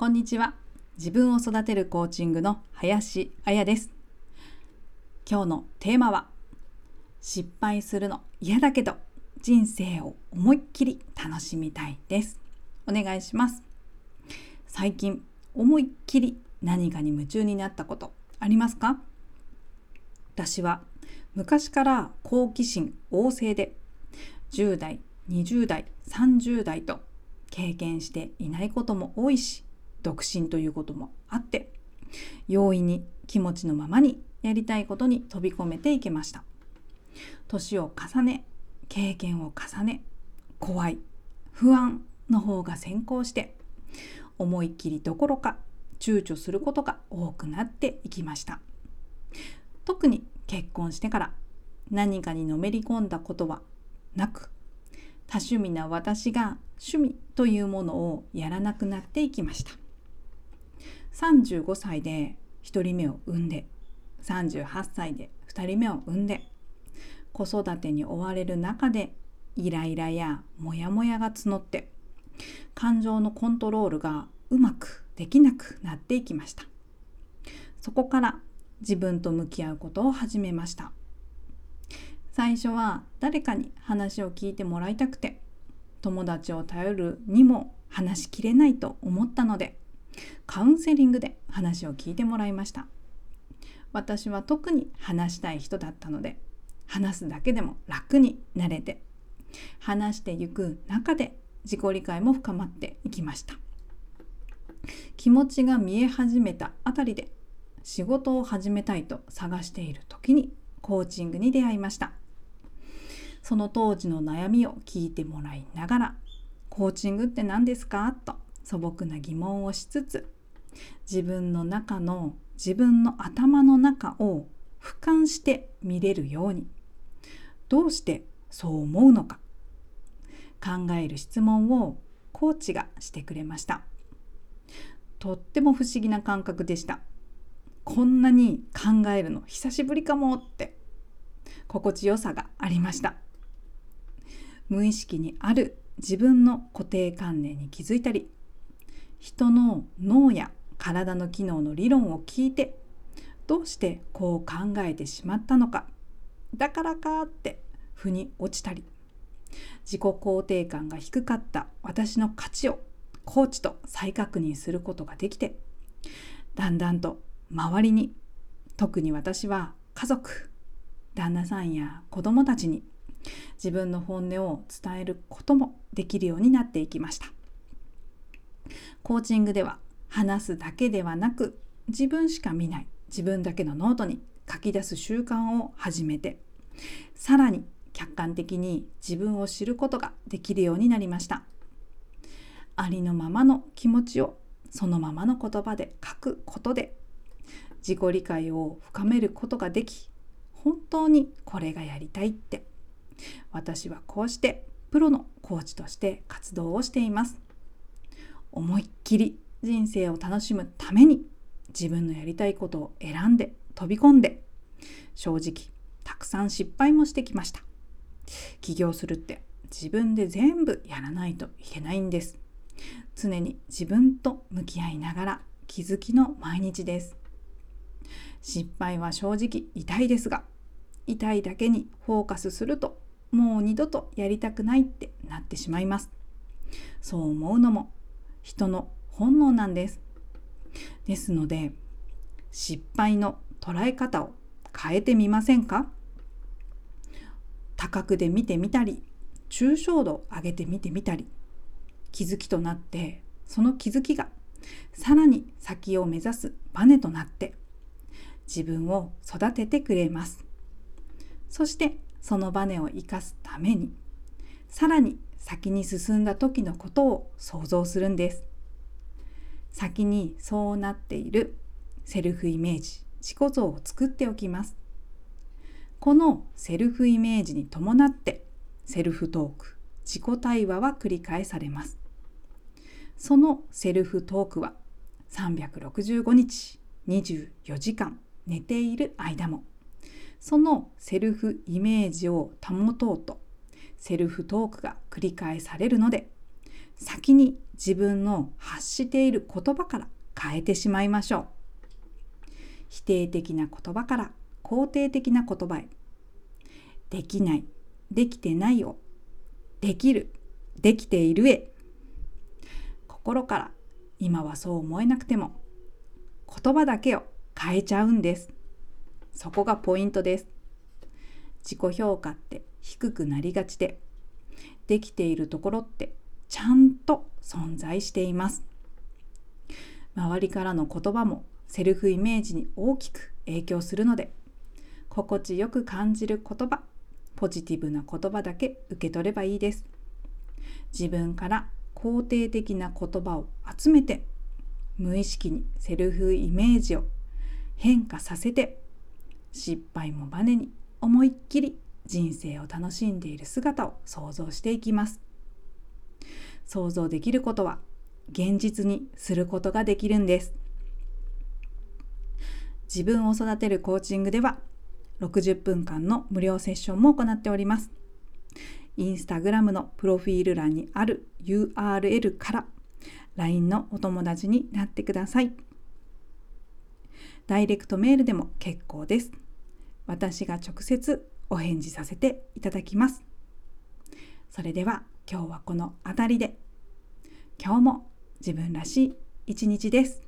こんにちは。自分を育てるコーチングの林彩です。今日のテーマは、失敗するの嫌だけど人生を思いっきり楽しみたいです。お願いします。最近思いっきり何かに夢中になったことありますか？私は昔から好奇心旺盛で、10代、20代、30代と経験していないことも多いし、独身ということもあって、容易に気持ちのままにやりたいことに飛び込めていけました。年を重ね、経験を重ね、怖い、不安の方が先行して、思いっきりどころか躊躇することが多くなっていきました。特に結婚してから何かにのめり込んだことはなく、多趣味な私が趣味というものをやらなくなっていきました。35歳で1人目を産んで、38歳で2人目を産んで、子育てに追われる中でイライラやモヤモヤが募って、感情のコントロールがうまくできなくなっていきました。そこから自分と向き合うことを始めました。最初は誰かに話を聞いてもらいたくて、友達を頼るにも話しきれないと思ったので、カウンセリングで話を聞いてもらいました。私は特に話したい人だったので、話すだけでも楽になれて、話していく中で自己理解も深まっていきました。気持ちが見え始めたあたりで、仕事を始めたいと探している時にコーチングに出会いました。その当時の悩みを聞いてもらいながら、コーチングって何ですかと素朴な疑問をしつつ、自分の頭の中を俯瞰して見れるように、どうしてそう思うのか考える質問をコーチがしてくれました。とっても不思議な感覚でした。こんなに考えるの久しぶりかもって心地よさがありました。無意識にある自分の固定観念に気づいたり、人の脳や体の機能の理論を聞いて、どうしてこう考えてしまったのか、だからかって腑に落ちたり、自己肯定感が低かった私の価値をコーチと再確認することができて、だんだんと周りに、特に私は家族、旦那さんや子供たちに自分の本音を伝えることもできるようになっていきました。コーチングでは話すだけではなく、自分しか見ない自分だけのノートに書き出す習慣を始めて、さらに客観的に自分を知ることができるようになりました。ありのままの気持ちをそのままの言葉で書くことで、自己理解を深めることができ、本当にこれがやりたいって、私はこうしてプロのコーチとして活動をしています。思いっきり人生を楽しむために、自分のやりたいことを選んで飛び込んで、正直たくさん失敗もしてきました。起業するって自分で全部やらないといけないんです。常に自分と向き合いながら気づきの毎日です。失敗は正直痛いですが、痛いだけにフォーカスすると、もう二度とやりたくないってなってしまいます。そう思うのも人の本能なんです。ですので、失敗の捉え方を変えてみませんか？多角で見てみたり、抽象度を上げて見てみたり、気づきとなって、その気づきがさらに先を目指すバネとなって自分を育ててくれます。そしてそのバネを生かすために、さらに先に進んだ時のことを想像するんです。先にそうなっているセルフイメージ、自己像を作っておきます。このセルフイメージに伴ってセルフトーク、自己対話は繰り返されます。そのセルフトークは365日24時間寝ている間も、そのセルフイメージを保とうとセルフトークが繰り返されるので、 先に自分の発している言葉から変えてしまいましょう。否定的な言葉から肯定的な言葉へ。できない、できてないをできる、できているへ。心から今はそう思えなくても言葉だけを変えちゃうんです。そこがポイントです。自己評価って低くなりがちで、できているところってちゃんと存在しています。周りからの言葉もセルフイメージに大きく影響するので、心地よく感じる言葉、ポジティブな言葉だけ受け取ればいいです。自分から肯定的な言葉を集めて、無意識にセルフイメージを変化させて、失敗もバネに思いっきり人生を楽しんでいる姿を想像していきます。想像できることは現実にすることができるんです。自分を育てるコーチングでは60分間の無料セッションも行っております。インスタグラムのプロフィール欄にある URL から LINE のお友達になってください。ダイレクトメールでも結構です。私が直接お返事させていただきます。それでは今日はこのあたりで。今日も自分らしい一日です。